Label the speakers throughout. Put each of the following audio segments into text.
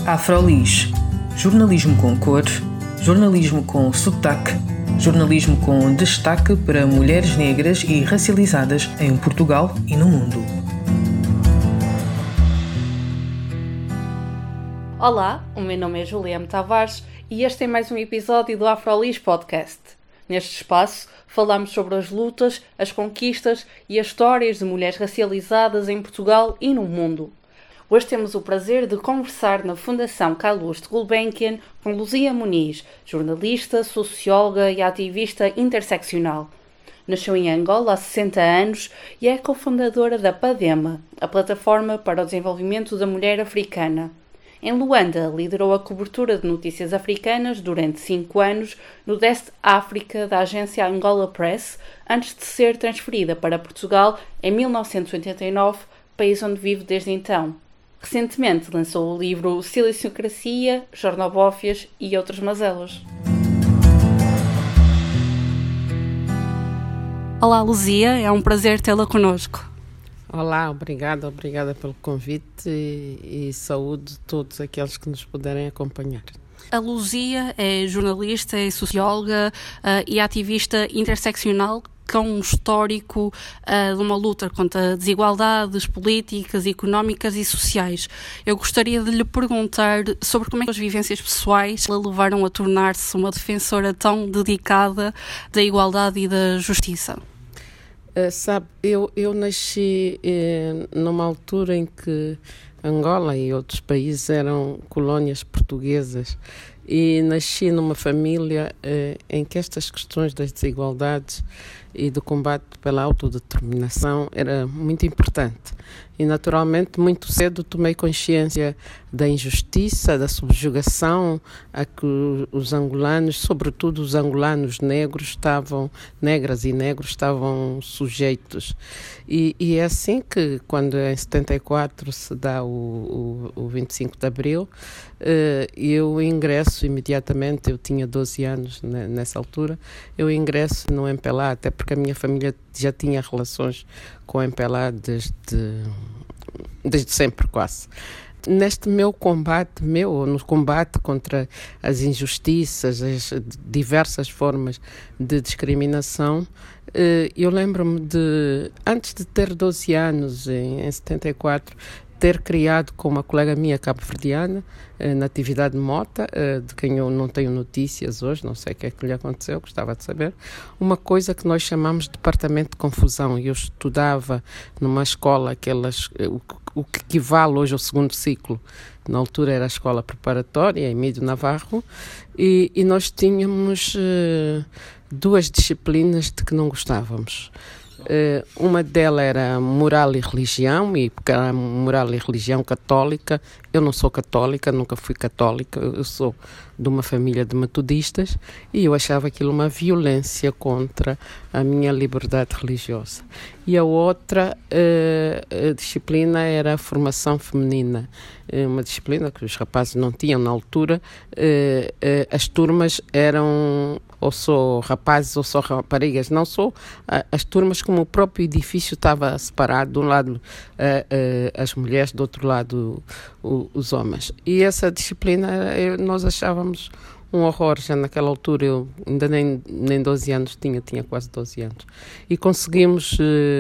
Speaker 1: Afrolis, jornalismo com cor, jornalismo com sotaque, jornalismo com destaque para mulheres negras e racializadas em Portugal e no mundo.
Speaker 2: Olá, o meu nome é Juliana Tavares e este é mais um episódio do Afrolis Podcast. Neste espaço, falamos sobre as lutas, as conquistas e as histórias de mulheres racializadas em Portugal e no mundo. Hoje temos o prazer de conversar na Fundação Calouste Gulbenkian com Luzia Muniz, jornalista, socióloga e ativista interseccional. Nasceu em Angola há 60 anos e é cofundadora da PADEMA, a Plataforma para o Desenvolvimento da Mulher Africana. Em Luanda, liderou a cobertura de notícias africanas durante 5 anos no Desk África da agência Angola Press, antes de ser transferida para Portugal em 1989, país onde vive desde então. Recentemente lançou o livro Siliciocracia, Jornobófias e outras mazelas. Olá, Luzia, é um prazer tê-la connosco.
Speaker 3: Olá, obrigada pelo convite e saúde a todos aqueles que nos puderem acompanhar.
Speaker 2: A Luzia é jornalista, é socióloga e ativista interseccional com um histórico de uma luta contra desigualdades políticas, económicas e sociais. Eu gostaria de lhe perguntar sobre como é que as vivências pessoais a levaram a tornar-se uma defensora tão dedicada da igualdade e da justiça.
Speaker 3: Eu nasci numa altura em que Angola e outros países eram colónias portuguesas e nasci numa família em que estas questões das desigualdades e do combate pela autodeterminação era muito importante. E, naturalmente, muito cedo tomei consciência da injustiça, da subjugação a que os angolanos, sobretudo os angolanos negras e negros, estavam sujeitos. E é assim que, quando em 74 se dá o 25 de Abril, eu ingresso imediatamente, eu tinha 12 anos nessa altura, eu ingresso no MPLA, até porque a minha família já tinha relações com o MPLA desde sempre quase. Neste no combate contra as injustiças, as diversas formas de discriminação, eu lembro-me de, antes de ter 12 anos, em 74, ter criado com uma colega minha cabo-verdiana, Natividade Mota, de quem eu não tenho notícias hoje, não sei o que é que lhe aconteceu, gostava de saber, uma coisa que nós chamamos de Departamento de Confusão. Eu estudava numa escola, o que equivale hoje ao segundo ciclo, na altura era a escola preparatória, em Mídio Navarro, e nós tínhamos 2 disciplinas de que não gostávamos. Uma delas era moral e religião, e porque era moral e religião católica. Eu não sou católica, nunca fui católica, eu sou de uma família de metodistas e eu achava aquilo uma violência contra a minha liberdade religiosa. E a outra disciplina era a formação feminina, uma disciplina que os rapazes não tinham na altura. As turmas eram ou só rapazes ou só raparigas, não só as turmas, como o próprio edifício estava separado, de um lado as mulheres, do outro lado os homens. E essa disciplina nós achávamos um horror. Já naquela altura eu ainda nem 12 anos tinha quase 12 anos. E conseguimos,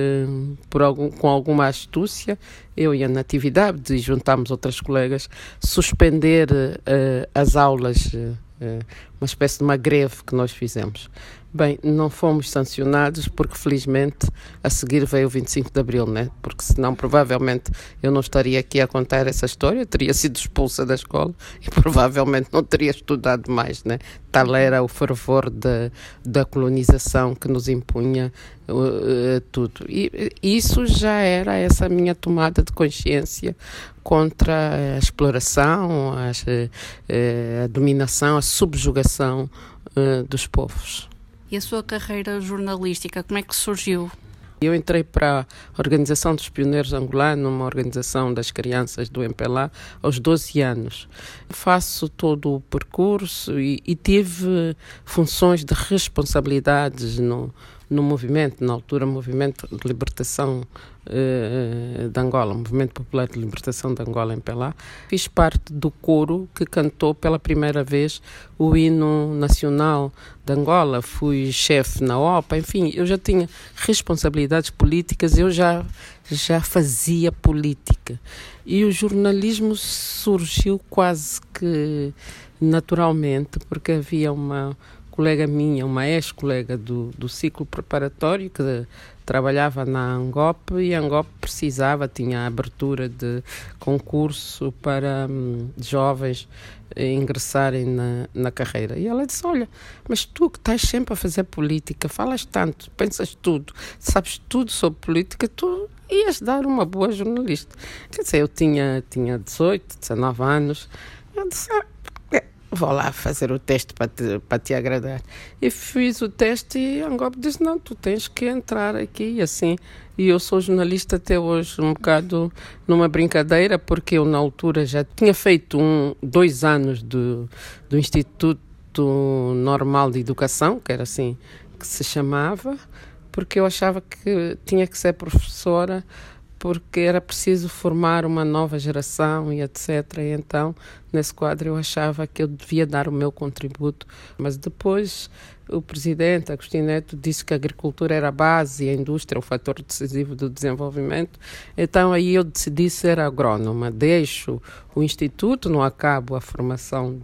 Speaker 3: com alguma astúcia, eu e a Natividade, e juntámos outras colegas, suspender as aulas, uma espécie de uma greve que nós fizemos. Bem, não fomos sancionados porque, felizmente, a seguir veio o 25 de Abril, né? Porque senão, provavelmente, eu não estaria aqui a contar essa história, eu teria sido expulsa da escola e provavelmente não teria estudado mais, né? Tal era o fervor da colonização que nos impunha tudo. E isso já era essa minha tomada de consciência contra a exploração, a dominação, a subjugação dos povos.
Speaker 2: E a sua carreira jornalística, como é que surgiu?
Speaker 3: Eu entrei para a Organização dos Pioneiros Angolanos, uma organização das crianças do MPLA, aos 12 anos. Faço todo o percurso e tive funções de responsabilidades no movimento, na altura, Movimento de Libertação de Angola, Movimento Popular de Libertação de Angola, em Pelá. Fiz parte do coro que cantou pela primeira vez o hino nacional de Angola, fui chefe na OPA, enfim, eu já tinha responsabilidades políticas, eu já fazia política. E o jornalismo surgiu quase que naturalmente, porque havia uma colega minha, uma ex-colega do ciclo preparatório, que trabalhava na ANGOP, e a ANGOP tinha a abertura de concurso para jovens ingressarem na carreira. E ela disse, olha, mas tu que estás sempre a fazer política, falas tanto, pensas tudo, sabes tudo sobre política, tu ias dar uma boa jornalista. Quer dizer, eu tinha 18, 19 anos, eu disse, vou lá fazer o teste para te agradar. E fiz o teste e a ANGOP disse, não, tu tens que entrar aqui, e assim. E eu sou jornalista até hoje, um bocado numa brincadeira, porque eu na altura já tinha feito 2 anos do Instituto Normal de Educação, que era assim que se chamava, porque eu achava que tinha que ser professora, porque era preciso formar uma nova geração e etc. E então, nesse quadro, eu achava que eu devia dar o meu contributo. Mas depois, o presidente, Agostinho Neto, disse que a agricultura era a base e a indústria o fator decisivo do desenvolvimento. Então, aí eu decidi ser agrónoma. Deixo o instituto, não acabo a formação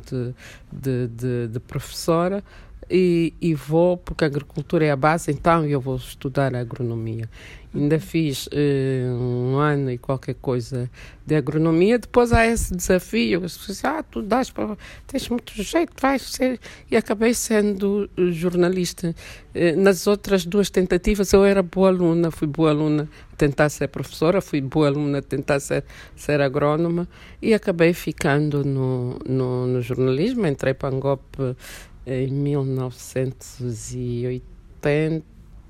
Speaker 3: de professora, e vou, porque a agricultura é a base, então eu vou estudar agronomia. Ainda fiz 1 ano e qualquer coisa de agronomia. Depois há esse desafio, as pessoas dizem, tu tens muito jeito, vais ser... E acabei sendo jornalista. Nas outras 2 tentativas eu era boa aluna, fui boa aluna a tentar ser professora, fui boa aluna a tentar ser agrónoma, e acabei ficando no jornalismo. Entrei para a ANGOP em 1980,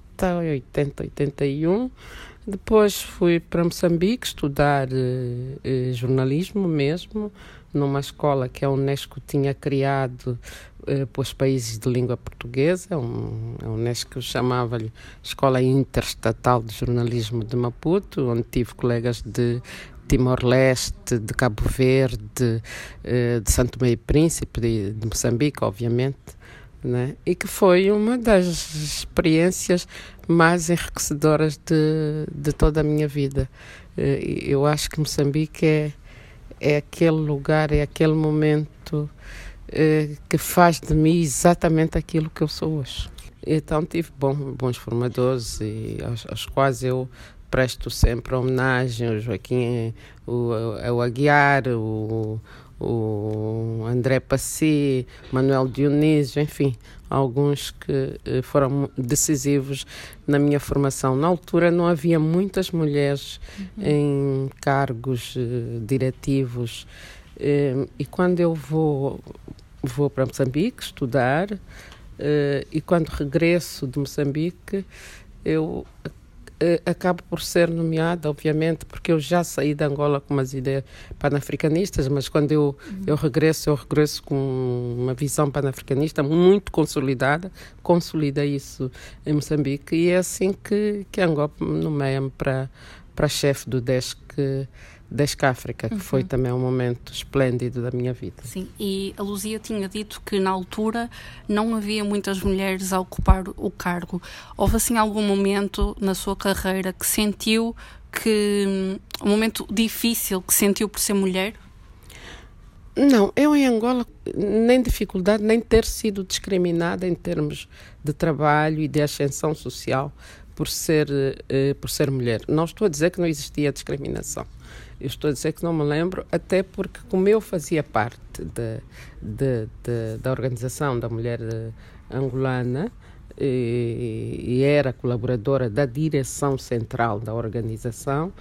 Speaker 3: 81. Depois fui para Moçambique estudar jornalismo mesmo, numa escola que a Unesco tinha criado para os países de língua portuguesa. A Unesco chamava-lhe Escola Interestatal de Jornalismo de Maputo, onde tive colegas de Timor-Leste, de Cabo Verde, de Santo Tomé e Príncipe, de Moçambique, obviamente, né? E que foi uma das experiências mais enriquecedoras de toda a minha vida. Eu acho que Moçambique é aquele lugar, é aquele momento que faz de mim exatamente aquilo que eu sou hoje. Então tive bons formadores aos quais eu presto sempre homenagem, o Joaquim, o Aguiar, o André Passi, Manuel Dionísio, enfim, alguns que foram decisivos na minha formação. Na altura não havia muitas mulheres em cargos diretivos, e quando eu vou para Moçambique estudar, e quando regresso de Moçambique, eu acabo por ser nomeada, obviamente, porque eu já saí de Angola com umas ideias panafricanistas, mas quando eu regresso com uma visão panafricanista muito consolidada, consolida isso em Moçambique, e é assim que a ANGOP nomeia-me para chefe do Desk África, que foi também um momento esplêndido da minha vida.
Speaker 2: Sim, e a Luzia tinha dito que na altura não havia muitas mulheres a ocupar o cargo. Houve assim algum momento na sua carreira que sentiu um momento difícil que sentiu por ser mulher?
Speaker 3: Não, eu em Angola nem dificuldade, nem ter sido discriminada em termos de trabalho e de ascensão social por ser mulher. Não estou a dizer que não existia discriminação. Eu estou a dizer que não me lembro, até porque como eu fazia parte da organização da mulher angolana e era colaboradora da direção central da organização,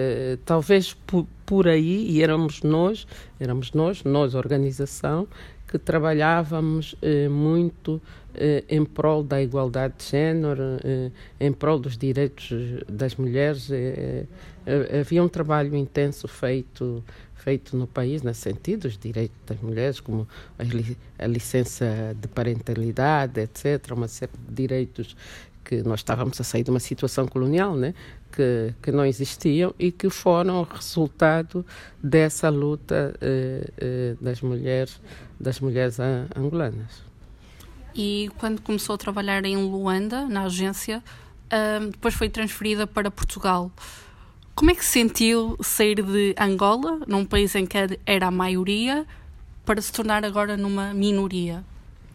Speaker 3: talvez por aí, e éramos nós, organização, que trabalhávamos muito em prol da igualdade de género, em prol dos direitos das mulheres. Havia um trabalho intenso feito no país, nesse sentido, os direitos das mulheres, como a licença de parentalidade, etc., uma série de direitos que nós estávamos a sair de uma situação colonial, né? Que não existiam e que foram resultado dessa luta das mulheres angolanas.
Speaker 2: E quando começou a trabalhar em Luanda, na agência, depois foi transferida para Portugal. Como é que se sentiu sair de Angola, num país em que era a maioria, para se tornar agora numa minoria?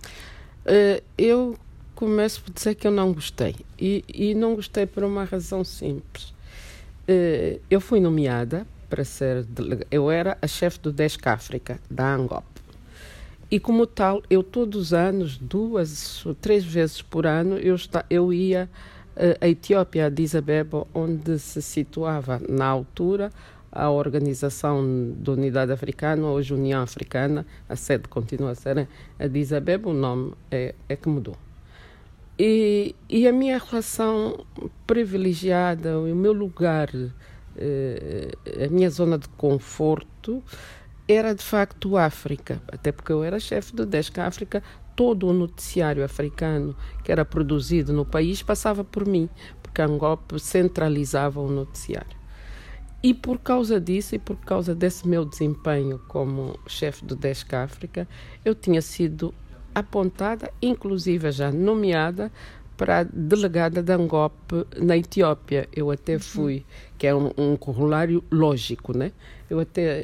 Speaker 3: Eu começo por dizer que eu não gostei. E não gostei por uma razão simples. Eu fui nomeada para ser delegada. Eu era a chefe do Desk África, da ANGOP. E como tal, eu todos os anos, 2 ou 3 vezes por ano, eu ia à Etiópia, a Addis Abeba, onde se situava, na altura, a Organização da Unidade Africana, hoje União Africana. A sede continua a ser Addis Abeba, o nome é que mudou. E a minha relação privilegiada, o meu lugar, a minha zona de conforto, era de facto a África, até porque eu era chefe do Desk África. Todo o noticiário africano que era produzido no país passava por mim, porque a ANGOP centralizava o noticiário. E por causa disso e por causa desse meu desempenho como chefe do Desk África, eu tinha sido apontada, inclusive já nomeada, para a delegada da ANGOP na Etiópia. Eu até fui, que é um corolário lógico, né? Eu até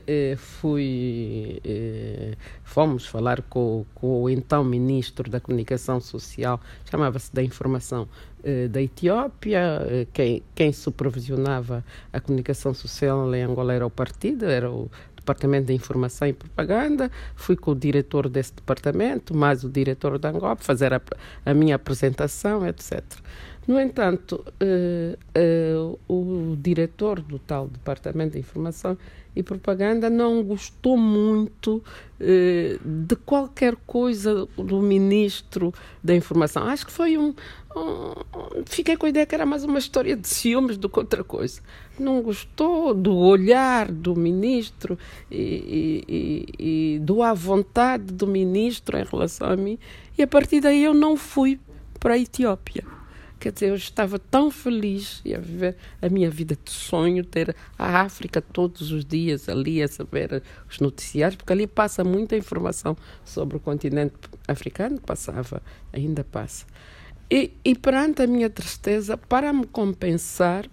Speaker 3: fomos falar com o então ministro da Comunicação Social, chamava-se da Informação, da Etiópia. Quem supervisionava a comunicação social em Angola era o partido, era o Departamento de Informação e Propaganda. Fui com o diretor desse departamento, mais o diretor da ANGOP, fazer a minha apresentação, etc. No entanto, o diretor do tal Departamento de Informação e Propaganda não gostou muito de qualquer coisa do Ministro da Informação. Acho que foi fiquei com a ideia que era mais uma história de ciúmes do que outra coisa. Não gostou do olhar do Ministro e do à vontade do Ministro em relação a mim. E a partir daí eu não fui para a Etiópia. Quer dizer, eu estava tão feliz a viver a minha vida de sonho, ter a África todos os dias ali a saber os noticiários, porque ali passa muita informação sobre o continente africano, ainda passa. E perante a minha tristeza, para me compensar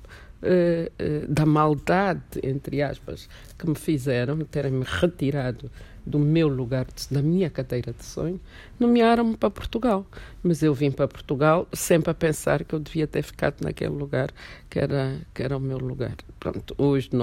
Speaker 3: da maldade, entre aspas, que me fizeram, terem-me retirado do meu lugar, da minha cadeira de sonho, nomearam-me para Portugal. Mas eu vim para Portugal sempre a pensar que eu devia ter ficado naquele lugar que era o meu lugar. Pronto, hoje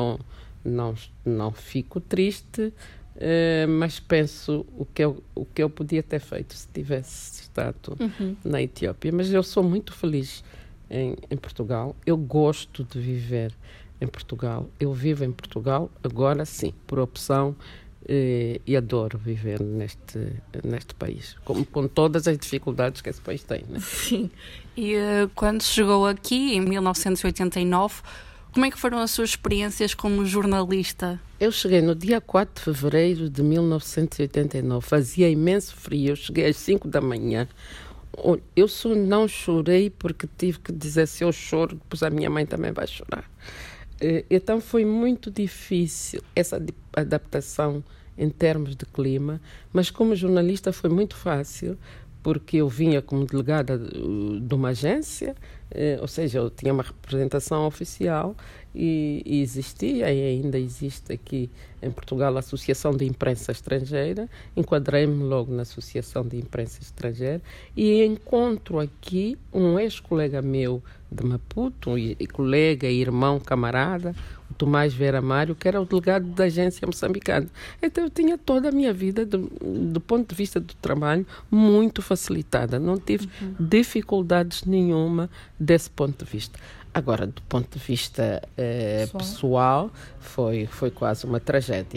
Speaker 3: não fico triste, mas penso o que eu podia ter feito se tivesse estado na Etiópia. Mas eu sou muito feliz em Portugal. Eu gosto de viver em Portugal. Eu vivo em Portugal agora sim, por opção, e adoro viver neste país, com todas as dificuldades que esse país tem, né?
Speaker 2: Sim. E quando chegou aqui, em 1989, como é que foram as suas experiências como jornalista?
Speaker 3: Eu cheguei no dia 4 de fevereiro de 1989, fazia imenso frio, eu cheguei às 5 da manhã. Eu só não chorei porque tive que dizer, se eu choro, depois a minha mãe também vai chorar. Então foi muito difícil essa adaptação em termos de clima, mas como jornalista foi muito fácil, porque eu vinha como delegada de uma agência, ou seja, eu tinha uma representação oficial e existia e ainda existe aqui em Portugal a Associação de Imprensa Estrangeira. Enquadrei-me logo na Associação de Imprensa Estrangeira e encontro aqui um ex-colega meu de Maputo, colega, irmão, camarada, o Tomás Vera Mário, que era o delegado da agência moçambicana. Então eu tinha toda a minha vida, do ponto de vista do trabalho, muito facilitada. Não tive dificuldades nenhuma desse ponto de vista. Agora, do ponto de vista pessoal, foi quase uma tragédia,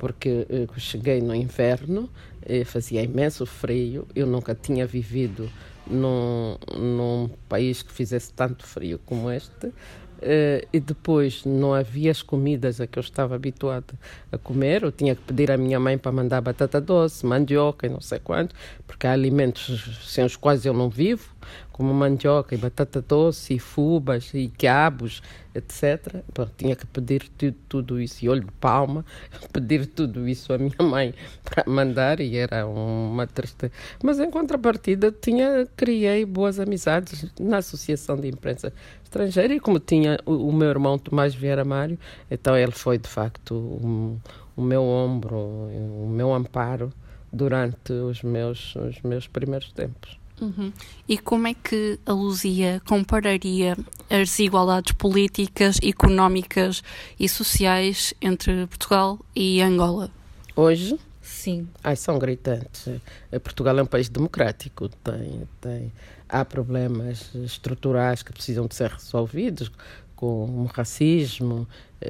Speaker 3: porque cheguei no inverno, fazia imenso frio, eu nunca tinha vivido num país que fizesse tanto frio como este. E depois não havia as comidas a que eu estava habituada a comer. Eu tinha que pedir à minha mãe para mandar batata doce, mandioca e não sei quanto, porque há alimentos sem os quais eu não vivo, como mandioca e batata doce e fubas e quiabos, etc. Bom, tinha que pedir tudo isso, e olho de palma, pedir tudo isso à minha mãe para mandar, e era uma tristeza. Mas em contrapartida criei boas amizades na Associação de Imprensa Estrangeira, e como tinha o meu irmão Tomás Vieira Mário, então ele foi de facto o meu ombro, o meu amparo durante os meus primeiros tempos.
Speaker 2: Uhum. E como é que a Luzia compararia as desigualdades políticas, económicas e sociais entre Portugal e Angola?
Speaker 3: Hoje?
Speaker 2: Sim.
Speaker 3: São gritantes. Portugal é um país democrático, há problemas estruturais que precisam de ser resolvidos, como o racismo,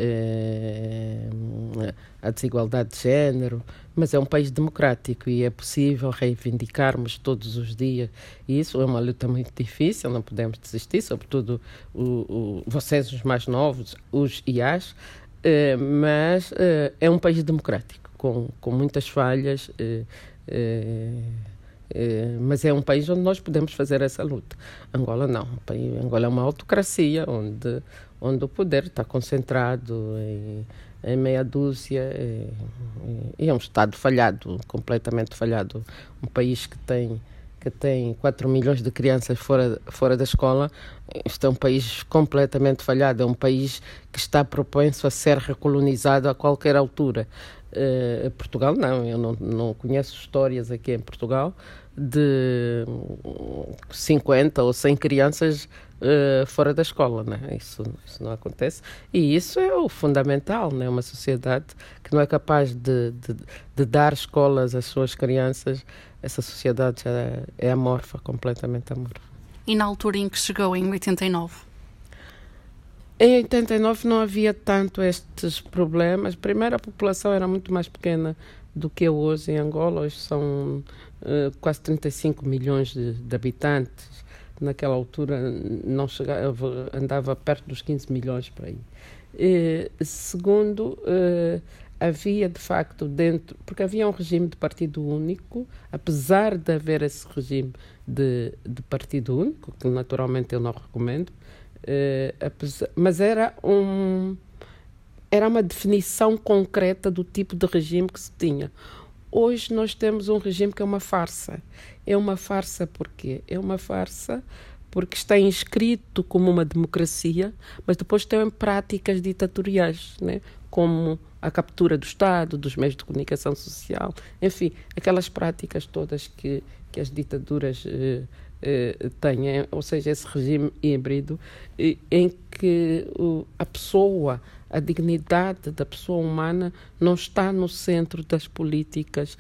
Speaker 3: a desigualdade de género, mas é um país democrático e é possível reivindicarmos todos os dias. E isso é uma luta muito difícil, não podemos desistir, sobretudo vocês, os mais novos, os e as, mas é um país democrático, com muitas falhas, mas é um país onde nós podemos fazer essa luta. Angola não. Angola é uma autocracia onde o poder está concentrado em meia dúzia, e é um Estado falhado, completamente falhado. Um país que tem 4 milhões de crianças fora da escola. Este é um país completamente falhado, é um país que está propenso a ser recolonizado a qualquer altura. Portugal não, eu não conheço histórias aqui em Portugal de 50 ou 100 crianças fora da escola, né? Isso não acontece, e isso é o fundamental, né? Uma sociedade que não é capaz de dar escolas às suas crianças, essa sociedade já é amorfa, completamente amorfa.
Speaker 2: E na altura em que chegou, em 89?
Speaker 3: Em 89 não havia tanto estes problemas. Primeiro, a população era muito mais pequena do que é hoje em Angola. Hoje são quase 35 milhões de habitantes. Naquela altura não chegava, andava perto dos 15 milhões por aí. Segundo, havia de facto dentro, porque havia um regime de partido único, apesar de haver esse regime de partido único, que naturalmente eu não recomendo, mas era uma definição concreta do tipo de regime que se tinha. Hoje nós temos um regime que é uma farsa. É uma farsa porquê? É uma farsa porque está inscrito como uma democracia, mas depois tem práticas ditatoriais, né? Como a captura do Estado, dos meios de comunicação social, enfim, aquelas práticas todas que as ditaduras têm, ou seja, esse regime híbrido em que a pessoa, a dignidade da pessoa humana não está no centro das políticas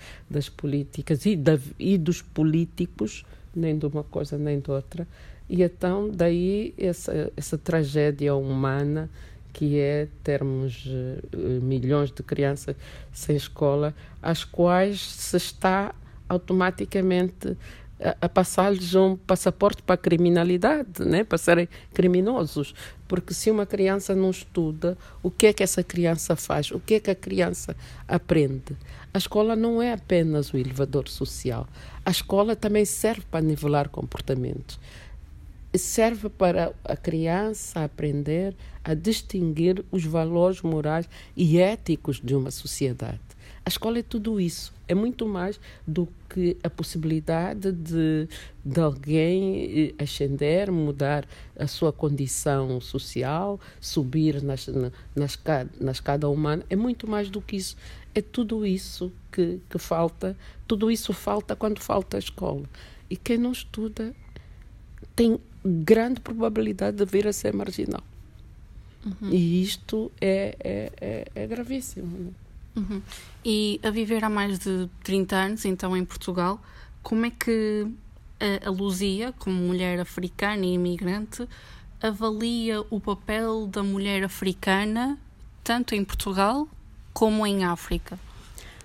Speaker 3: e dos políticos, nem de uma coisa nem de outra. E então daí essa tragédia humana que é termos milhões de crianças sem escola, às quais se está automaticamente a passar-lhes um passaporte para a criminalidade, né? Para serem criminosos. Porque se uma criança não estuda, o que é que essa criança faz? O que é que a criança aprende? A escola não é apenas o elevador social. A escola também serve para nivelar comportamentos. Serve para a criança aprender a distinguir os valores morais e éticos de uma sociedade. A escola é tudo isso. É muito mais do que a possibilidade de alguém ascender, mudar a sua condição social, subir na escada humana. É muito mais do que isso. É tudo isso que falta. Tudo isso falta quando falta a escola. E quem não estuda tem grande probabilidade de vir a ser marginal. Uhum. E isto é gravíssimo, não é?
Speaker 2: Uhum. E a viver há mais de 30 anos, então, em Portugal, como é que a Luzia, como mulher africana e imigrante, avalia o papel da mulher africana, tanto em Portugal como em África?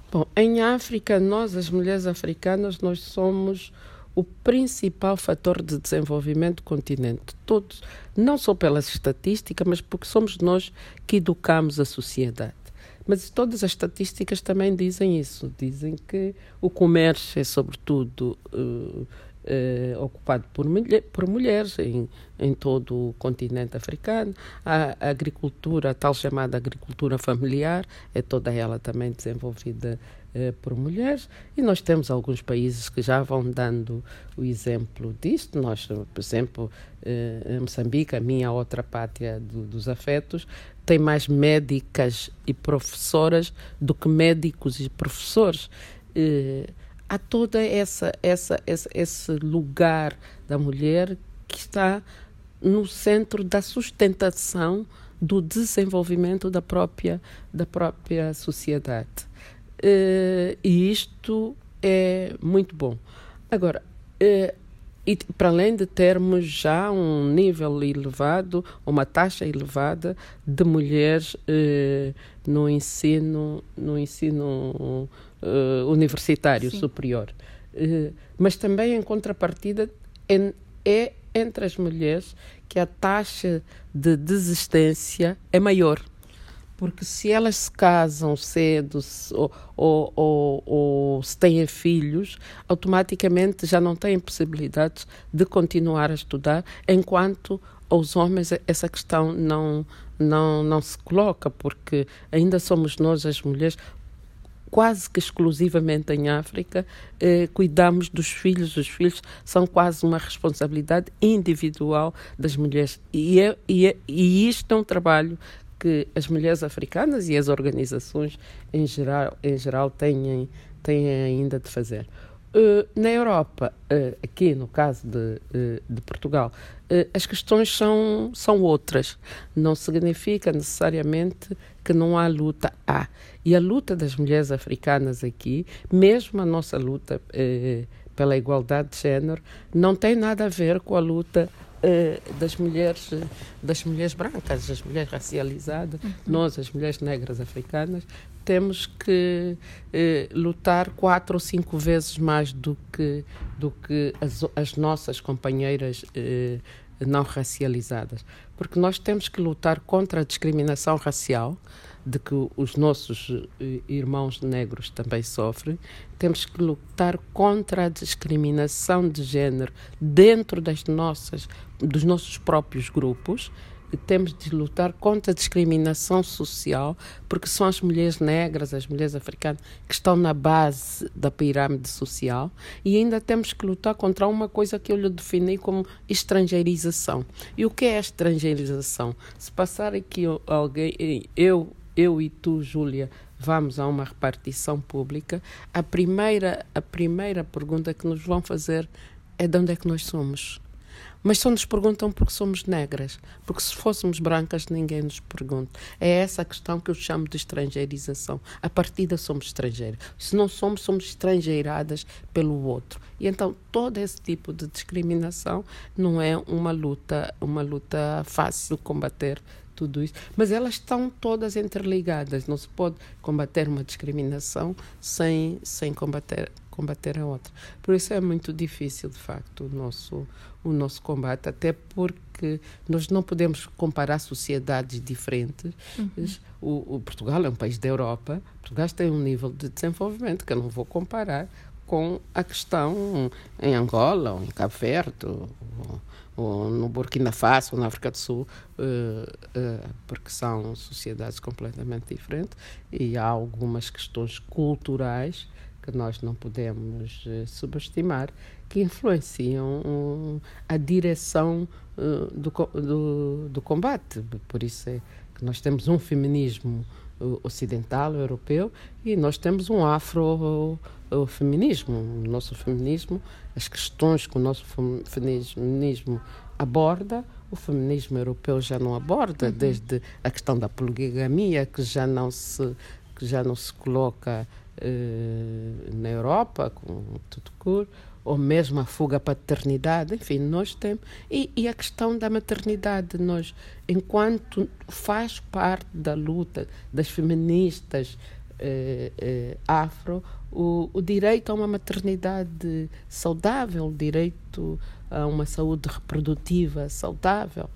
Speaker 3: Bom, em África, nós, as mulheres africanas, nós somos o principal fator de desenvolvimento do continente. Todos, não só pelas estatísticas, mas porque somos nós que educamos a sociedade. Mas todas as estatísticas também dizem isso. Dizem que o comércio é, sobretudo, ocupado por mulheres em todo o continente africano. A agricultura, a tal chamada agricultura familiar, é toda ela também desenvolvida por mulheres, e nós temos alguns países que já vão dando o exemplo disto. Nós, por exemplo, Moçambique, a minha outra pátria dos afetos, tem mais médicas e professoras do que médicos e professores. Há todo esse lugar da mulher que está no centro da sustentação do desenvolvimento da própria sociedade. E isto é muito bom. Agora, e para além de termos já um nível elevado, uma taxa elevada de mulheres no ensino universitário superior. Mas também, em contrapartida, é entre as mulheres que a taxa de desistência é maior. Porque se elas se casam cedo ou se têm filhos, automaticamente já não têm possibilidades de continuar a estudar, enquanto aos homens essa questão não se coloca, porque ainda somos nós, as mulheres, quase que exclusivamente em África, cuidamos dos filhos. Os filhos são quase uma responsabilidade individual das mulheres. E isto é um trabalho que as mulheres africanas e as organizações em geral têm ainda de fazer. Na Europa, aqui no caso de Portugal, as questões são outras. Não significa necessariamente que não há luta. E a luta das mulheres africanas aqui, mesmo a nossa luta pela igualdade de género, não tem nada a ver com a luta das mulheres brancas, das mulheres racializadas. Nós, as mulheres negras africanas, temos que lutar 4 ou 5 vezes mais do que as nossas companheiras não racializadas. Porque nós temos que lutar contra a discriminação racial, de que os nossos irmãos negros também sofrem. Temos que lutar contra a discriminação de género dentro dos nossos próprios grupos. Temos de lutar contra a discriminação social, porque são as mulheres negras, as mulheres africanas, que estão na base da pirâmide social. E ainda temos que lutar contra uma coisa que eu lhe defini como estrangeirização. E o que é a estrangeirização? Se passar aqui alguém, eu e tu, Júlia, vamos a uma repartição pública, a primeira pergunta que nos vão fazer é de onde é que nós somos. Mas só nos perguntam porque somos negras, porque se fôssemos brancas ninguém nos pergunta. É essa a questão que eu chamo de estrangeirização. A partida somos estrangeiras. Se não somos estrangeiradas pelo outro. E então todo esse tipo de discriminação não é uma luta fácil de combater tudo isso, mas elas estão todas interligadas. Não se pode combater uma discriminação sem combater a outra. Por isso é muito difícil, de facto, o nosso combate, até porque nós não podemos comparar sociedades diferentes. O Portugal é um país da Europa. Portugal tem um nível de desenvolvimento que eu não vou comparar com a questão em Angola, ou em Cabo Verde, ou no Burkina Faso, ou na África do Sul, porque são sociedades completamente diferentes e há algumas questões culturais que nós não podemos subestimar, que influenciam a direção do combate. Por isso é que nós temos um feminismo ocidental, europeu, e nós temos um afrofeminismo. O nosso feminismo, as questões que o nosso feminismo aborda, o feminismo europeu já não aborda, desde a questão da poligamia, que já não se coloca na Europa, com tudo cor, ou mesmo a fuga à paternidade. Enfim, nós temos... E a questão da maternidade, nós, enquanto faz parte da luta das feministas afro, o direito a uma maternidade saudável, o direito a uma saúde reprodutiva saudável.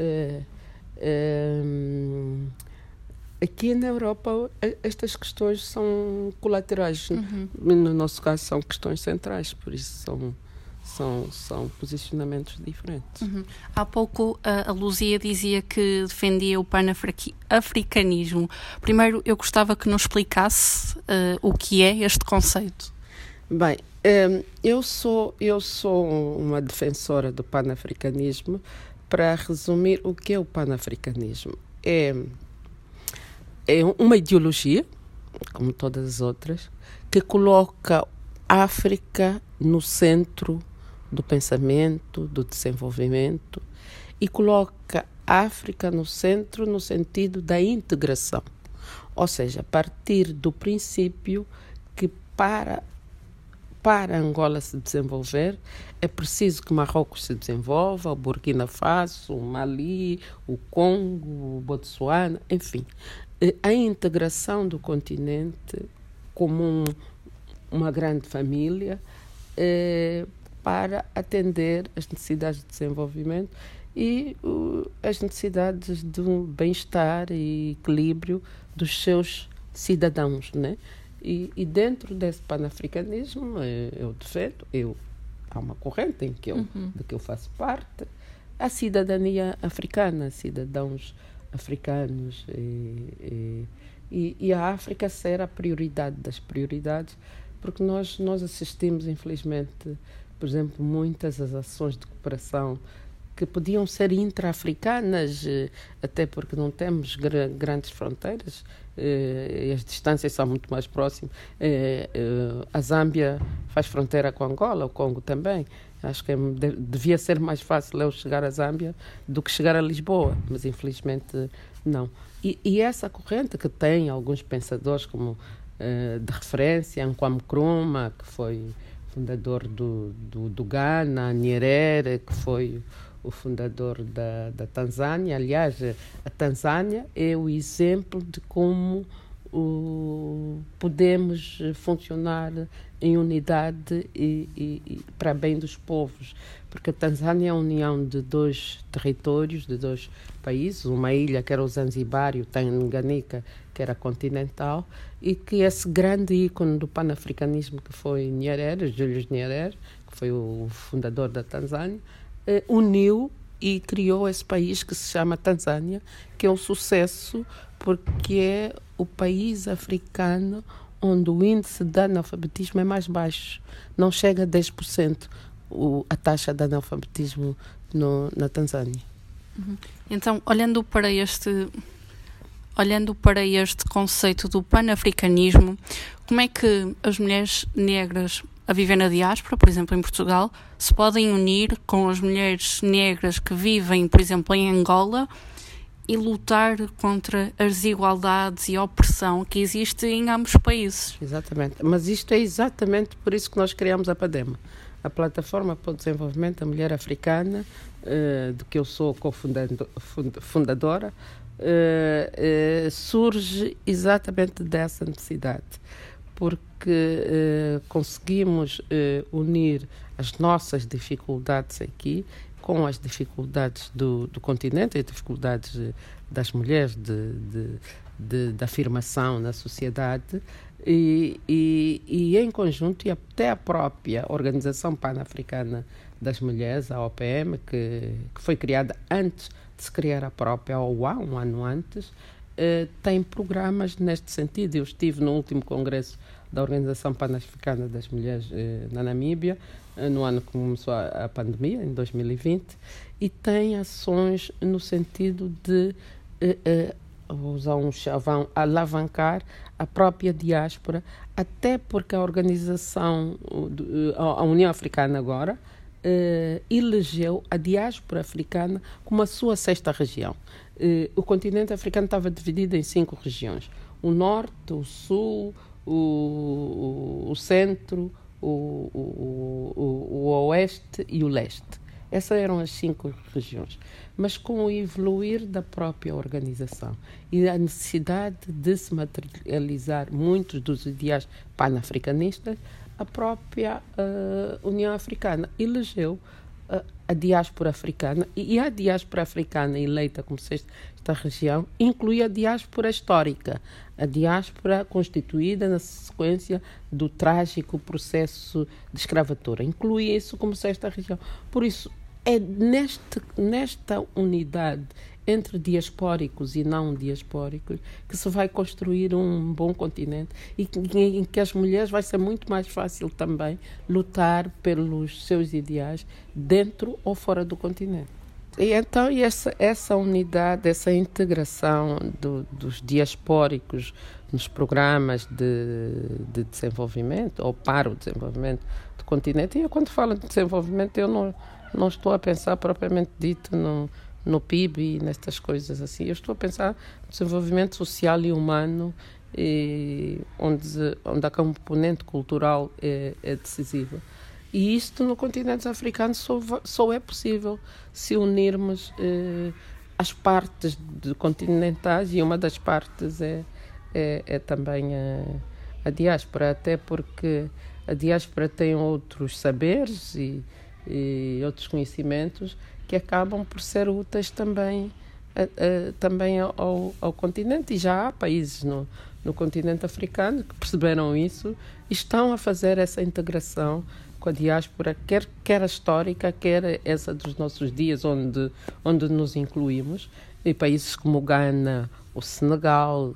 Speaker 3: Aqui na Europa, estas questões são colaterais. No nosso caso, são questões centrais, por isso são posicionamentos diferentes.
Speaker 2: Há pouco a Luzia dizia que defendia o panafricanismo. Primeiro, eu gostava que nos explicasse o que é este conceito.
Speaker 3: Bem, eu sou uma defensora do panafricanismo. Para resumir, o que é o panafricanismo? É uma ideologia, como todas as outras, que coloca a África no centro do pensamento, do desenvolvimento, e coloca a África no centro no sentido da integração. Ou seja, a partir do princípio que para Angola se desenvolver, é preciso que Marrocos se desenvolva, o Burkina Faso, o Mali, o Congo, o Botsuana, enfim. A integração do continente como uma grande família para atender as necessidades de desenvolvimento e as necessidades de bem-estar e equilíbrio dos seus cidadãos, né? E dentro desse panafricanismo eu defendo, há uma corrente de que eu faço parte, a cidadania africana, cidadãos africanos e a África ser a prioridade das prioridades, porque nós assistimos, infelizmente, por exemplo, muitas das ações de cooperação que podiam ser intra-africanas, até porque não temos grandes fronteiras, e as distâncias são muito mais próximas. A Zâmbia faz fronteira com Angola, o Congo também. Acho que devia ser mais fácil eu chegar à Zâmbia do que chegar a Lisboa, mas infelizmente não. E essa corrente que tem alguns pensadores como de referência, Nkwame Nkrumah, que foi fundador do Ghana, Nyerere, que foi o fundador da Tanzânia. Aliás, a Tanzânia é o exemplo de como podemos funcionar em unidade e para bem dos povos, porque a Tanzânia é a união de dois territórios, de dois países, uma ilha que era o Zanzibar e o Tanganyika, que era continental, e que esse grande ícone do panafricanismo que foi Nyerere, Julius Nyerere, que foi o fundador da Tanzânia, uniu e criou esse país que se chama Tanzânia, que é um sucesso porque é o país africano onde o índice de analfabetismo é mais baixo. Não chega a 10% a taxa de analfabetismo na Tanzânia.
Speaker 2: Então, olhando para este conceito do panafricanismo, como é que as mulheres negras a viver na diáspora, por exemplo, em Portugal, se podem unir com as mulheres negras que vivem, por exemplo, em Angola e lutar contra as desigualdades e a opressão que existe em ambos os países?
Speaker 3: Exatamente. Mas isto é exatamente por isso que nós criamos a PADEMA, a Plataforma para o Desenvolvimento da Mulher Africana, de que eu sou cofundadora, surge exatamente dessa necessidade, porque conseguimos unir as nossas dificuldades aqui com as dificuldades do continente, as dificuldades das mulheres de afirmação na sociedade e em conjunto, e até a própria Organização Pan-Africana das Mulheres, a OPM, que foi criada antes de se criar a própria OUA, um ano antes, tem programas neste sentido. Eu estive no último congresso da Organização Pan-Africana das Mulheres na Namíbia, no ano que começou a pandemia, em 2020, e tem ações no sentido de vou usar um chavão, alavancar a própria diáspora, até porque a organização, a União Africana agora, elegeu a diáspora africana como a sua 6ª região. O continente africano estava dividido em 5 regiões: o norte, o sul, o centro, o oeste e o leste. Essas eram as 5 regiões. Mas com o evoluir da própria organização e a necessidade de se materializar muitos dos ideais panafricanistas, a própria União Africana elegeu a diáspora africana, e a diáspora africana eleita como sexta região inclui a diáspora histórica, a diáspora constituída na sequência do trágico processo de escravatura. Inclui isso como sexta região. Por isso, é nesta unidade entre diaspóricos e não diaspóricos que se vai construir um bom continente e em que as mulheres vai ser muito mais fácil também lutar pelos seus ideais dentro ou fora do continente. E então essa unidade, essa integração dos diaspóricos nos programas de desenvolvimento ou para o desenvolvimento do continente, e eu, quando falo de desenvolvimento, eu não estou a pensar propriamente dito no PIB e nestas coisas assim. Eu estou a pensar no desenvolvimento social e humano, onde a componente cultural é decisiva. E isto no continente africano só é possível se unirmos as partes continentais, e uma das partes é também a diáspora, até porque a diáspora tem outros saberes e outros conhecimentos que acabam por ser úteis também ao continente. E já há países no continente africano que perceberam isso e estão a fazer essa integração com a diáspora, quer a histórica, quer essa dos nossos dias, onde nos incluímos. E países como o Ghana, o Senegal,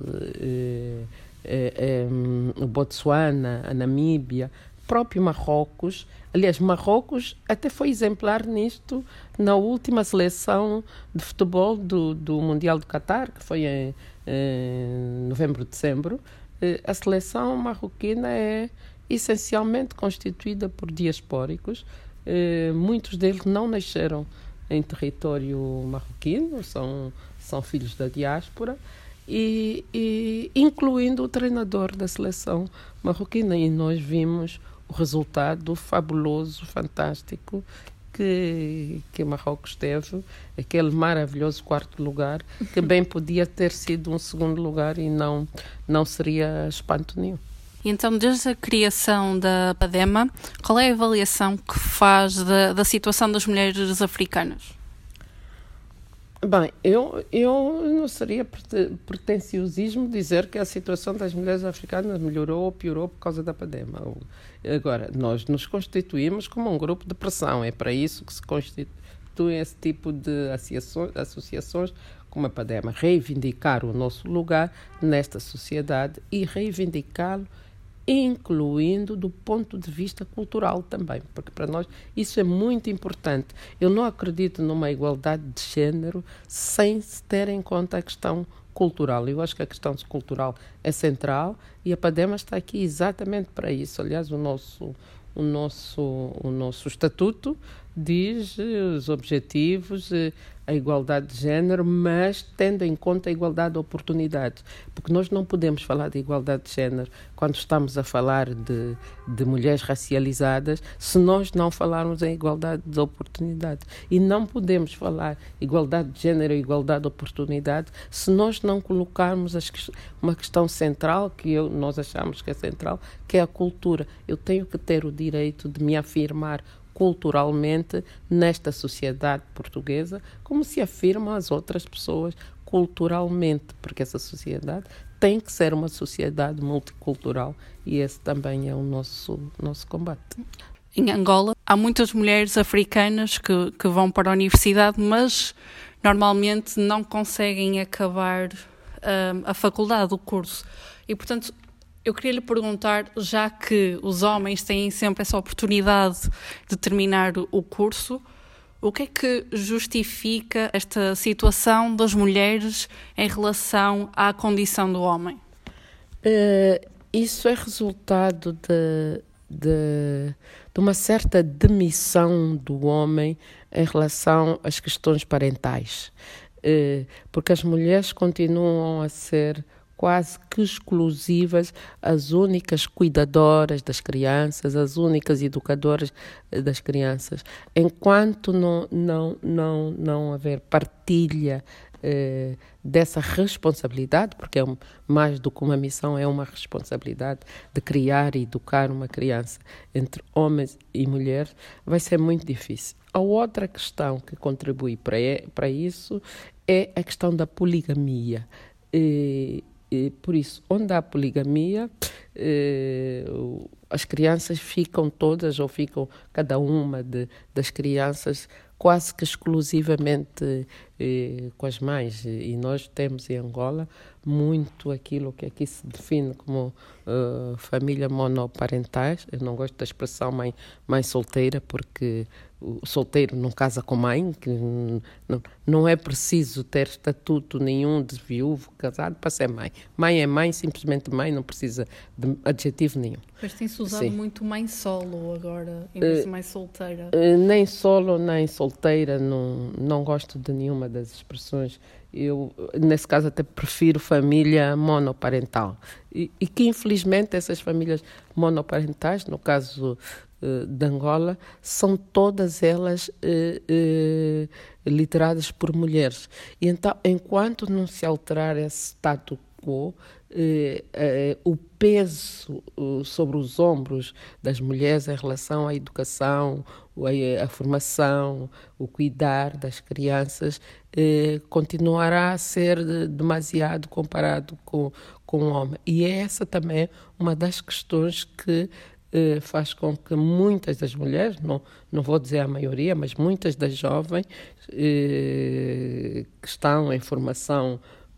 Speaker 3: o Botsuana, a Namíbia, próprio Marrocos. Aliás, Marrocos até foi exemplar nisto na última seleção de futebol do Mundial do Qatar, que foi em novembro, dezembro. A seleção marroquina é essencialmente constituída por diaspóricos. Muitos deles não nasceram em território marroquino, são filhos da diáspora, e incluindo o treinador da seleção marroquina. E nós vimos o resultado fabuloso, fantástico, que Marrocos teve, aquele maravilhoso 4º lugar, que bem podia ter sido um 2º lugar e não seria espanto nenhum.
Speaker 2: E então, desde a criação da PADEMA, qual é a avaliação que faz da situação das mulheres africanas?
Speaker 3: Bem, eu não seria pretenciosismo dizer que a situação das mulheres africanas melhorou ou piorou por causa da PADEMA. Agora, nós nos constituímos como um grupo de pressão. É para isso que se constituem esse tipo de associações como a PADEMA. Reivindicar o nosso lugar nesta sociedade e reivindicá-lo incluindo do ponto de vista cultural também, porque para nós isso é muito importante. Eu não acredito numa igualdade de género sem se ter em conta a questão cultural. Eu acho que a questão cultural é central e a PADEMA está aqui exatamente para isso. Aliás, o nosso estatuto diz os objetivos, a igualdade de género, mas tendo em conta a igualdade de oportunidades, porque nós não podemos falar de igualdade de género quando estamos a falar de mulheres racializadas se nós não falarmos em igualdade de oportunidades, e não podemos falar igualdade de género e igualdade de oportunidades se nós não colocarmos uma questão central que nós achamos que é central, que é a cultura. Eu tenho que ter o direito de me afirmar culturalmente nesta sociedade portuguesa, como se afirmam as outras pessoas culturalmente, porque essa sociedade tem que ser uma sociedade multicultural e esse também é o nosso combate.
Speaker 2: Em Angola, há muitas mulheres africanas que vão para a universidade, mas normalmente não conseguem acabar a faculdade, o curso. E, portanto, eu queria lhe perguntar, já que os homens têm sempre essa oportunidade de terminar o curso, o que é que justifica esta situação das mulheres em relação à condição do homem?
Speaker 3: Isso é resultado de uma certa demissão do homem em relação às questões parentais, porque as mulheres continuam a ser quase que exclusivas, as únicas cuidadoras das crianças, as únicas educadoras das crianças. Enquanto não haver partilha dessa responsabilidade, porque mais do que uma missão, é uma responsabilidade de criar e educar uma criança entre homens e mulheres, vai ser muito difícil. A outra questão que contribui para isso é a questão da poligamia. Por isso, onde há poligamia, as crianças ficam todas, ou ficam cada uma das crianças, quase que exclusivamente com as mães. E nós temos em Angola muito aquilo que aqui se define como família monoparentais. Eu não gosto da expressão mãe solteira, porque o solteiro não casa com mãe, que não é preciso ter estatuto nenhum de viúvo, casado, para ser mãe. Mãe é mãe, simplesmente mãe, não precisa de adjetivo nenhum.
Speaker 2: Mas tem-se usado muito mãe solo agora, em vez de mãe solteira.
Speaker 3: Nem solo, nem solteira, não gosto de nenhuma das expressões. Eu, nesse caso, até prefiro família monoparental. E que, infelizmente, essas famílias monoparentais, no caso de Angola, são todas elas lideradas por mulheres. E então, enquanto não se alterar esse status quo, o peso sobre os ombros das mulheres em relação à educação, a formação, o cuidar das crianças, continuará a ser demasiado comparado com o homem. E é essa também uma das questões que faz com que muitas das mulheres, não vou dizer a maioria, mas muitas das jovens que estão em formação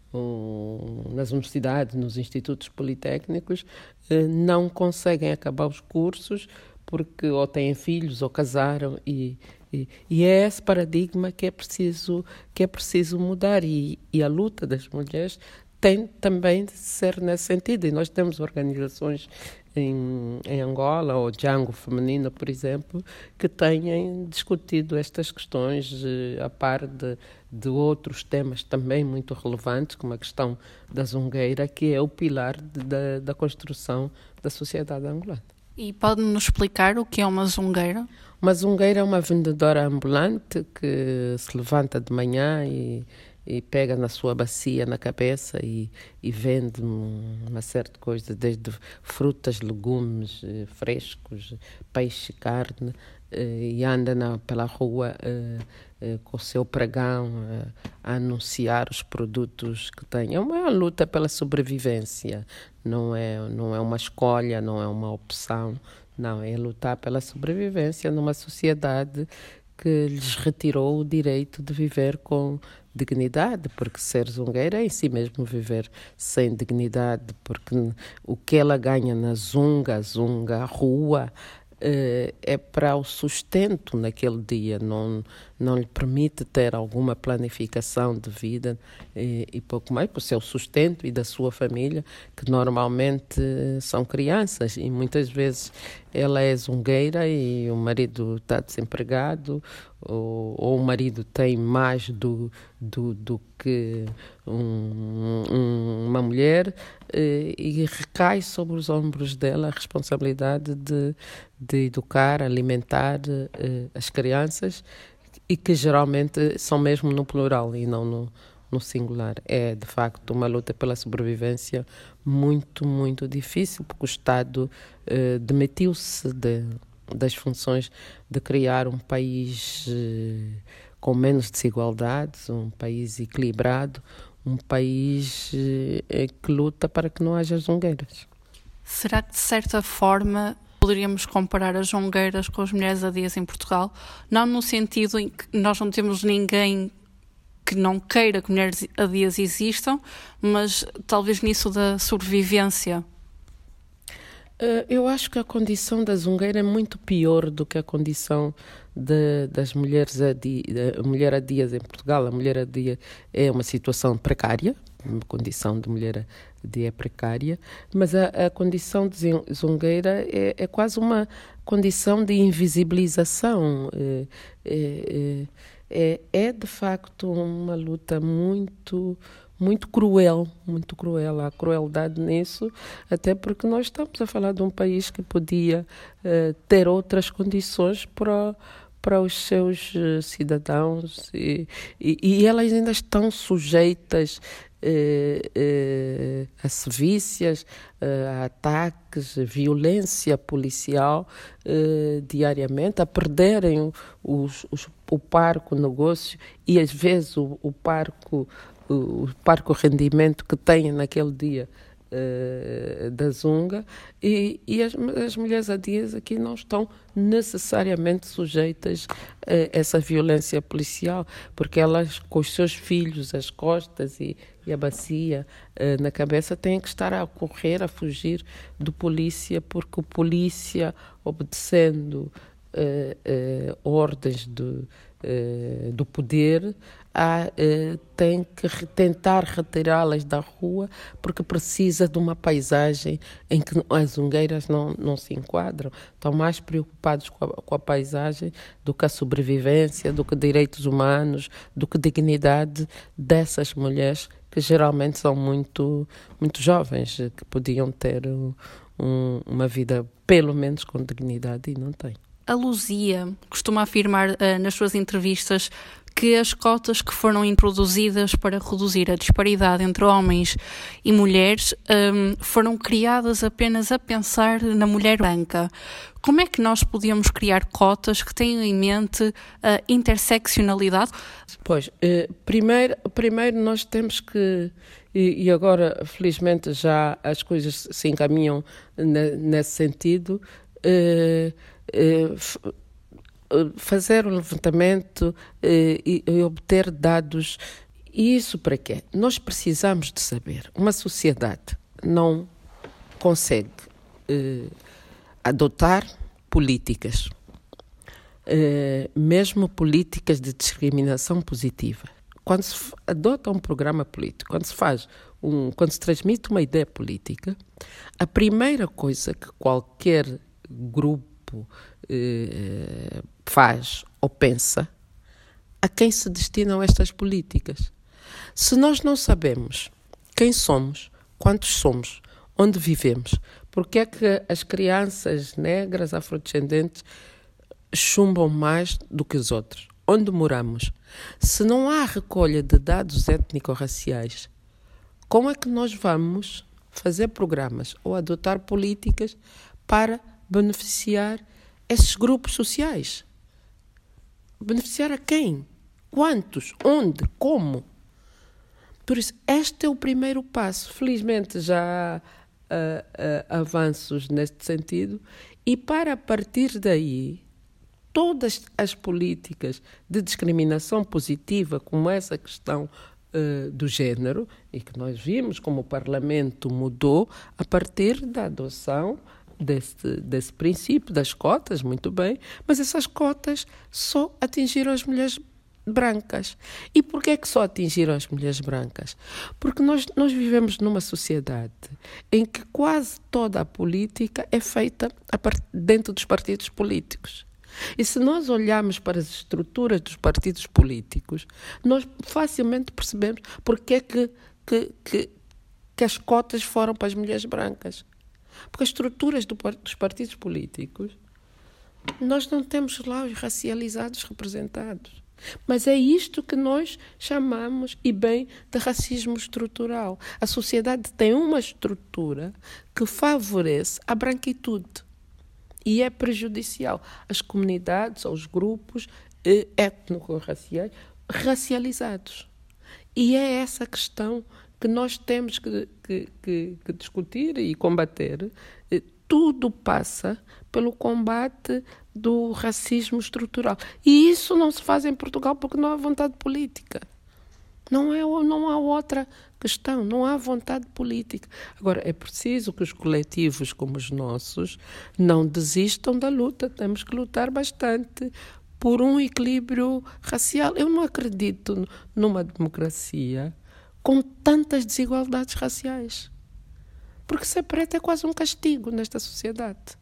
Speaker 3: nas universidades, nos institutos politécnicos, não conseguem acabar os cursos porque ou têm filhos ou casaram e é esse paradigma que é preciso mudar e a luta das mulheres tem também de ser nesse sentido. E nós temos organizações em Angola, ou Django Feminino, por exemplo, que têm discutido estas questões a par de outros temas também muito relevantes, como a questão da zungueira, que é o pilar da construção da sociedade angolana.
Speaker 2: E pode-nos explicar o que é uma zungueira?
Speaker 3: Uma zungueira é uma vendedora ambulante que se levanta de manhã e pega na sua bacia na cabeça e vende uma série de coisas, desde frutas, legumes frescos, peixe, carne, e anda pela rua com o seu pregão a anunciar os produtos que tem. É uma luta pela sobrevivência, não é uma escolha, não é uma opção, não, é lutar pela sobrevivência numa sociedade que lhes retirou o direito de viver com dignidade, porque ser zungueira é em si mesmo viver sem dignidade, porque o que ela ganha na zunga, a rua, é para o sustento naquele dia, não lhe permite ter alguma planificação de vida e pouco mais para o seu sustento e da sua família, que normalmente são crianças, e muitas vezes ela é zungueira e o marido está desempregado, ou o marido tem mais do que uma mulher, e recai sobre os ombros dela a responsabilidade de educar, alimentar as crianças, e que geralmente são mesmo no plural e não no singular. É, de facto, uma luta pela sobrevivência muito, muito difícil, porque o Estado demitiu-se das funções de criar um país com menos desigualdades, um país equilibrado, um país que luta para que não haja zungueiras.
Speaker 2: Será que, de certa forma, poderíamos comparar as zungueiras com as mulheres adias em Portugal? Não no sentido em que nós não temos ninguém que não queira que mulheres adias existam, mas talvez nisso da sobrevivência.
Speaker 3: Eu acho que a condição da zungueira é muito pior do que a condição das mulheres mulher adias em Portugal. A mulher adia é uma situação precária, uma condição de mulher adia é precária, mas a condição de zungueira é quase uma condição de invisibilização. É de facto uma luta muito, muito cruel. Há crueldade nisso, até porque nós estamos a falar de um país que podia ter outras condições para os seus cidadãos e elas ainda estão sujeitas a sevícias, a ataques, a violência policial diariamente, a perderem o parco negócio e às vezes o parco rendimento que têm naquele dia da Zunga e as mulheres adias aqui não estão necessariamente sujeitas a essa violência policial, porque elas com os seus filhos às costas e a bacia na cabeça têm que estar a correr, a fugir do polícia, porque o polícia, obedecendo ordens do poder, tem que tentar retirá-las da rua porque precisa de uma paisagem em que as zungueiras não se enquadram. Estão mais preocupados com a paisagem do que a sobrevivência, do que direitos humanos, do que dignidade dessas mulheres que geralmente são muito, muito jovens, que podiam ter uma vida pelo menos com dignidade e não têm.
Speaker 2: A Luzia costuma afirmar nas suas entrevistas que as cotas que foram introduzidas para reduzir a disparidade entre homens e mulheres foram criadas apenas a pensar na mulher branca. Como é que nós podíamos criar cotas que tenham em mente a interseccionalidade?
Speaker 3: Pois, primeiro nós temos que, e agora felizmente já as coisas se encaminham nesse sentido, fazer um levantamento e obter dados. E isso para quê? Nós precisamos de saber. Uma sociedade não consegue adotar políticas, mesmo políticas de discriminação positiva. Quando se adota um programa político, quando se transmite uma ideia política, a primeira coisa que qualquer grupo faz ou pensa a quem se destinam estas políticas. Se nós não sabemos quem somos, quantos somos, onde vivemos, porque é que as crianças negras, afrodescendentes chumbam mais do que os outros, onde moramos, se não há recolha de dados étnico-raciais, como é que nós vamos fazer programas ou adotar políticas para beneficiar esses grupos sociais? Beneficiar a quem? Quantos? Onde? Como? Por isso, este é o primeiro passo. Felizmente já há avanços neste sentido e para partir daí todas as políticas de discriminação positiva, como essa questão do género, e que nós vimos como o Parlamento mudou a partir da adoção desse princípio das cotas, muito bem, mas essas cotas só atingiram as mulheres brancas. E porquê é que só atingiram as mulheres brancas? Porque nós vivemos numa sociedade em que quase toda a política é feita dentro dos partidos políticos. E se nós olharmos para as estruturas dos partidos políticos, nós facilmente percebemos porque é que as cotas foram para as mulheres brancas. Porque as estruturas dos partidos políticos, nós não temos lá os racializados representados. Mas é isto que nós chamamos, e bem, de racismo estrutural. A sociedade tem uma estrutura que favorece a branquitude e é prejudicial às comunidades, aos grupos étnico-raciais racializados. E é essa questão que nós temos que discutir e combater. Tudo passa pelo combate do racismo estrutural. E isso não se faz em Portugal porque não há vontade política. Não há outra questão, não há vontade política. Agora, é preciso que os coletivos como os nossos não desistam da luta. Temos que lutar bastante por um equilíbrio racial. Eu não acredito numa democracia com tantas desigualdades raciais. Porque ser preto é quase um castigo nesta sociedade.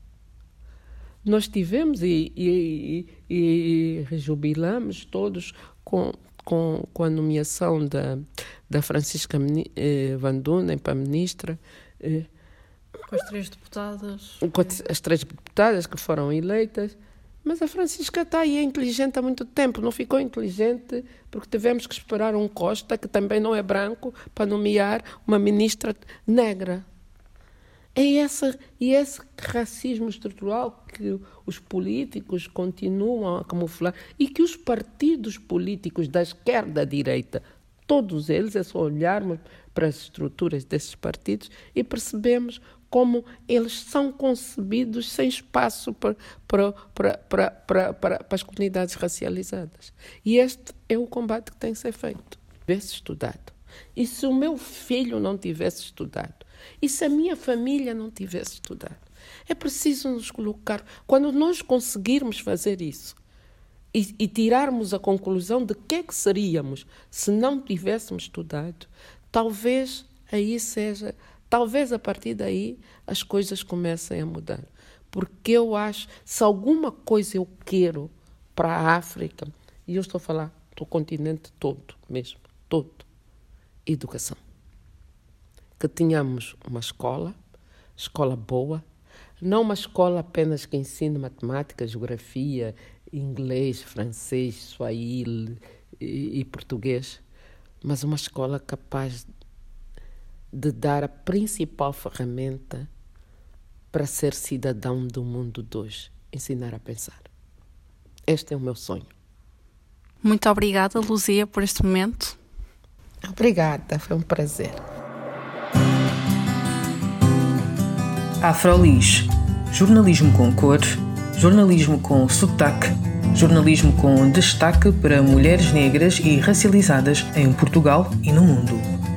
Speaker 3: Nós tivemos e rejubilamos todos com com a nomeação da Francisca Van Dunen para ministra.
Speaker 2: Com as 3 deputadas.
Speaker 3: Com as 3 deputadas que foram eleitas. Mas a Francisca está aí, é inteligente há muito tempo. Não ficou inteligente porque tivemos que esperar um Costa, que também não é branco, para nomear uma ministra negra. É esse racismo estrutural que os políticos continuam a camuflar e que os partidos políticos da esquerda, da direita, todos eles, é só olharmos para as estruturas desses partidos e percebemos como eles são concebidos sem espaço para as comunidades racializadas. E este é o combate que tem que ser feito. Tivesse estudado. E se o meu filho não tivesse estudado? E se a minha família não tivesse estudado? É preciso nos colocar... Quando nós conseguirmos fazer isso e tirarmos a conclusão de que é que seríamos se não tivéssemos estudado, talvez aí seja... Talvez a partir daí as coisas comecem a mudar. Porque eu acho, se alguma coisa eu quero para a África, e eu estou a falar do continente todo mesmo, todo, educação. Que tenhamos uma escola boa, não uma escola apenas que ensine matemática, geografia, inglês, francês, swahili e português, mas uma escola capaz de dar a principal ferramenta para ser cidadão do mundo de hoje, ensinar a pensar. Este é o meu sonho.
Speaker 2: Muito obrigada, Luzia, por este momento.
Speaker 3: Obrigada, foi um prazer.
Speaker 1: Afrolis, jornalismo com cor, jornalismo com sotaque, jornalismo com destaque para mulheres negras e racializadas em Portugal e no mundo.